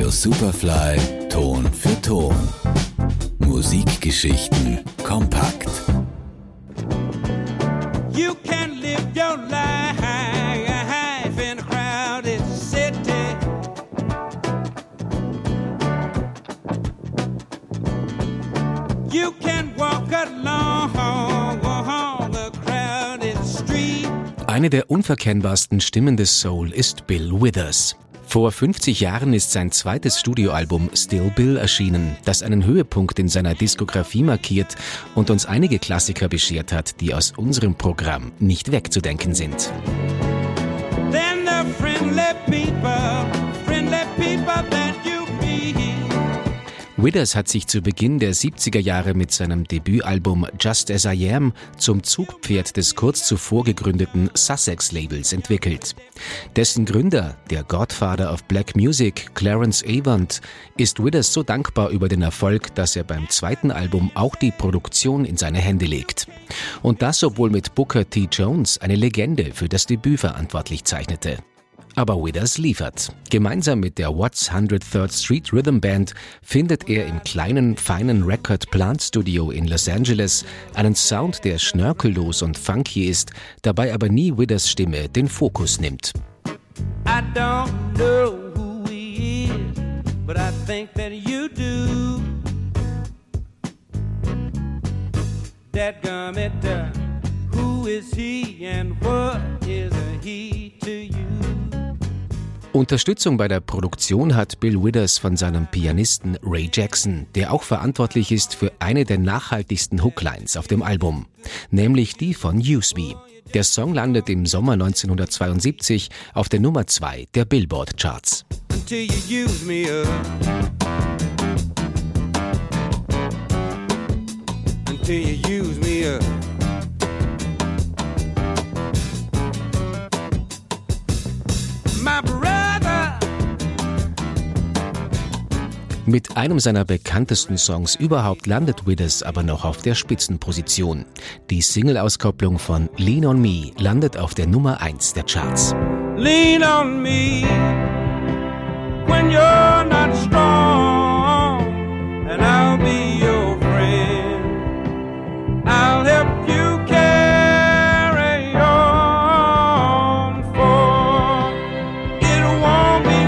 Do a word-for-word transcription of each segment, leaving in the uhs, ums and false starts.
Radio Superfly Ton für Ton. Musikgeschichten kompakt. You can live your life in a crowded city. You can walk along a crowded street. Eine der unverkennbarsten Stimmen des Soul ist Bill Withers. Vor fünfzig Jahren ist sein zweites Studioalbum Still Bill erschienen, das einen Höhepunkt in seiner Diskografie markiert und uns einige Klassiker beschert hat, die aus unserem Programm nicht wegzudenken sind. Then the friendly people, friendly people that you be. Withers hat sich zu Beginn der siebziger Jahre mit seinem Debütalbum Just As I Am zum Zugpferd des kurz zuvor gegründeten Sussex-Labels entwickelt. Dessen Gründer, der Godfather of Black Music, Clarence Avant, ist Withers so dankbar über den Erfolg, dass er beim zweiten Album auch die Produktion in seine Hände legt. Und das, obwohl mit Booker T. Jones eine Legende für das Debüt verantwortlich zeichnete. Aber Withers liefert. Gemeinsam mit der Watts hundertthird Street Rhythm Band findet er im kleinen, feinen Record Plant Studio in Los Angeles einen Sound, der schnörkellos und funky ist, dabei aber nie Withers Stimme den Fokus nimmt. I don't know who he is, but I think that you do. Dadgummit, uh, who is he and what is a he to you? Unterstützung bei der Produktion hat Bill Withers von seinem Pianisten Ray Jackson, der auch verantwortlich ist für eine der nachhaltigsten Hooklines auf dem Album, nämlich die von Use Me. Der Song landet im Sommer neunzehnhundertzweiundsiebzig auf der Nummer zwei der Billboard-Charts. Until you use me up. Until you use me up. My brother. Mit einem seiner bekanntesten Songs überhaupt landet Withers aber noch auf der Spitzenposition. Die Single-Auskopplung von Lean on Me landet auf der Nummer eins der Charts. Lean on me when you're not strong, and I'll be your friend. I'll help you carry on, for it won't be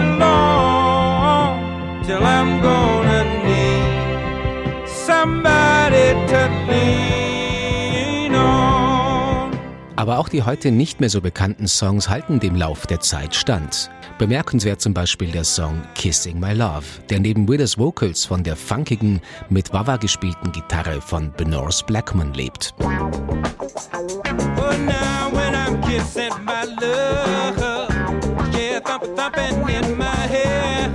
long till I'm gonna need somebody to lean on. Aber auch die heute nicht mehr so bekannten Songs halten dem Lauf der Zeit stand. Bemerkenswert zum Beispiel der Song Kissing My Love, der neben Withers Vocals von der funkigen, mit Wah-Wah gespielten Gitarre von Benorse Blackman lebt. Oh, now when I'm kissing my love, yeah, thump, thumping in my head.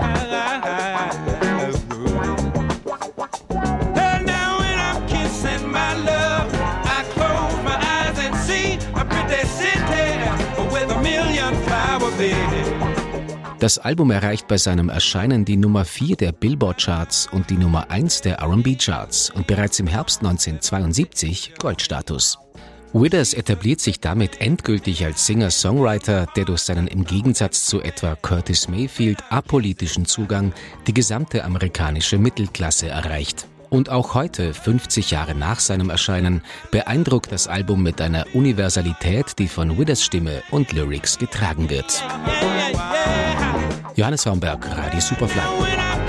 Oh, now when I'm kissing my love, I close my eyes and see a pretty city with a million flower beds. Das Album erreicht bei seinem Erscheinen die Nummer vier der Billboard-Charts und die Nummer eins der R and B-Charts und bereits im Herbst neunzehnhundertzweiundsiebzig Goldstatus. Withers etabliert sich damit endgültig als Singer-Songwriter, der durch seinen im Gegensatz zu etwa Curtis Mayfield apolitischen Zugang die gesamte amerikanische Mittelklasse erreicht. Und auch heute, fünfzig Jahre nach seinem Erscheinen, beeindruckt das Album mit einer Universalität, die von Withers Stimme und Lyrics getragen wird. Johannes Raumberg, Radio Superfly.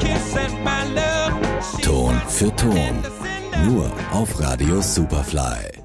Ton für Ton. Nur auf Radio Superfly.